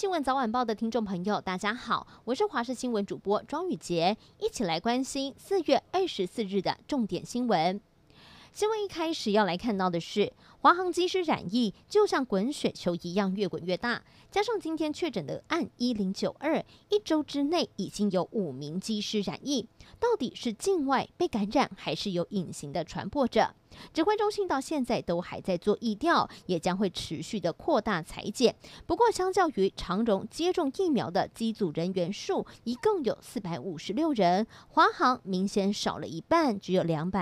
新闻早晚报的听众朋友，大家好，我是华视新闻主播庄宇杰，一起来关心4月24日的重点新闻。新闻一开始要来看到的是，华航机师染疫就像滚雪球一样越滚越大，加上今天确诊的案1092，一周之内已经有5名机师染疫，到底是境外被感染，还是有隐形的传播者？指挥中心到现在都还在做疫调，也将会持续的扩大裁剪。不过，相较于长荣接种疫苗的机组人员数，一共有456人，华航明显少了一半，只有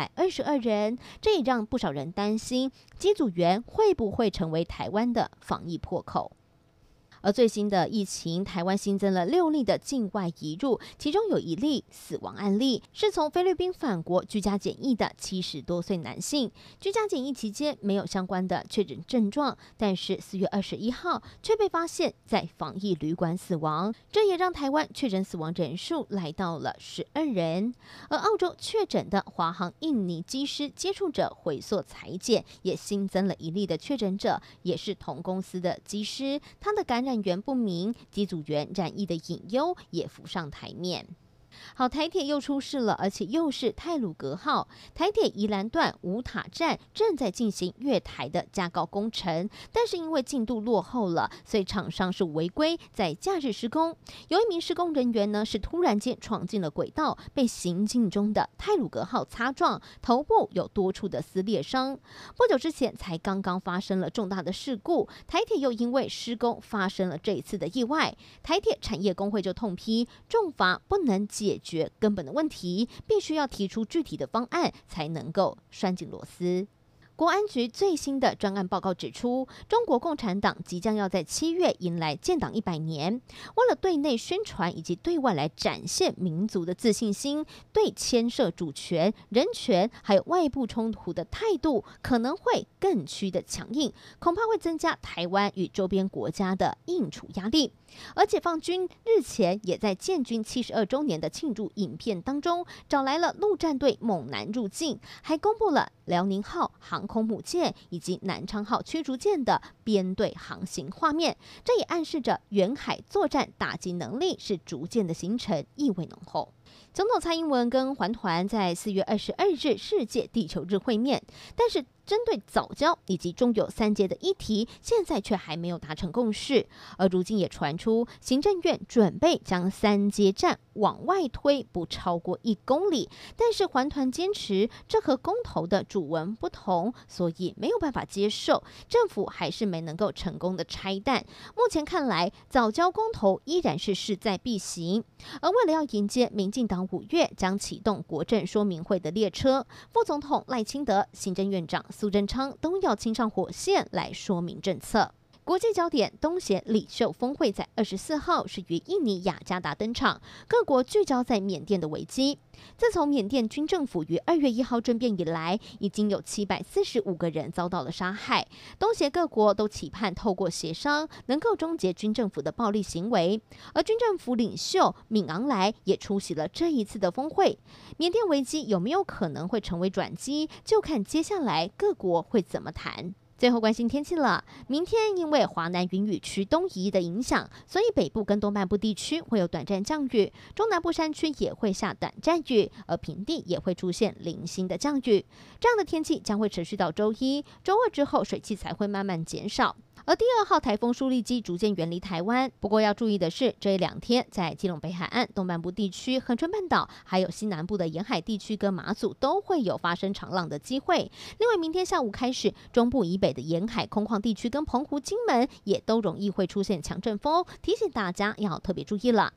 222人。这也让不少人担心，机组员会不会成为台湾的防疫破口？而最新的疫情，台湾新增了6例的境外移入，其中有1例死亡案例，是从菲律宾返国居家检疫的70多岁男性。居家检疫期间没有相关的确诊症状，但是4月21号却被发现在防疫旅馆死亡，这也让台湾确诊死亡人数来到了12人。而澳洲确诊的华航印尼机师接触者回溯裁剪，也新增了1例的确诊者，也是同公司的机师，他的感染源不明，机组员染疫的隐忧也浮上台面。好，台铁又出事了，而且又是太鲁阁号。台铁宜兰段五塔站正在进行月台的加高工程，但是因为进度落后了，所以厂商是违规在假日施工。有一名施工人员呢是突然间闯进了轨道，被行进中的太鲁阁号擦撞，头部有多处的撕裂伤。不久之前才刚刚发生了重大的事故，台铁又因为施工发生了这一次的意外，台铁产业工会就痛批重罚不能解决根本的问题，必须要提出具体的方案，才能够拴紧螺丝。国安局最新的专案报告指出，中国共产党即将要在7月迎来建党100年，为了对内宣传以及对外来展现民族的自信心，对牵涉主权、人权还有外部冲突的态度可能会更趋的强硬，恐怕会增加台湾与周边国家的应处压力。而解放军日前也在建军72周年的庆祝影片当中，找来了陆战队猛男入境，还公布了辽宁号航空母舰以及南昌号驱逐舰的编队航行画面，这也暗示着远海作战打击能力是逐渐的形成，意味浓厚。总统蔡英文跟环团在4月22日世界地球日会面，但是针对藻礁以及中油3阶的议题，现在却还没有达成共识。而如今也传出，行政院准备将3阶站往外推不超过1公里，但是环团坚持这和公投的主文不同，所以没有办法接受，政府还是没能够成功的拆弹。目前看来，藻礁公投依然是势在必行。而为了要迎接民进党5月将启动国政说明会的列车，副总统赖清德、行政院长苏贞昌都要亲上火线来说明政策。国际焦点东协领袖峰会在24号是于印尼雅加达登场，各国聚焦在缅甸的危机。自从缅甸军政府于2月1号政变以来，已经有745个人遭到了杀害。东协各国都期盼透过协商能够终结军政府的暴力行为，而军政府领袖敏昂莱也出席了这一次的峰会。缅甸危机有没有可能会成为转机，就看接下来各国会怎么谈。最后关心天气了，明天因为华南云雨区东移的影响，所以北部跟东半部地区会有短暂降雨，中南部山区也会下短暂雨，而平地也会出现零星的降雨。这样的天气将会持续到周1，周2之后水汽才会慢慢减少。而第2号台风舒力基逐渐远离台湾，不过要注意的是，这2天在基隆北海岸、东半部地区、恒春半岛，还有西南部的沿海地区跟马祖都会有发生长浪的机会。另外，明天下午开始，中部以北的沿海空旷地区跟澎湖、金门也都容易会出现强阵风，提醒大家要特别注意了。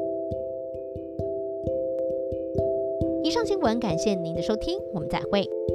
以上新闻感谢您的收听，我们再会。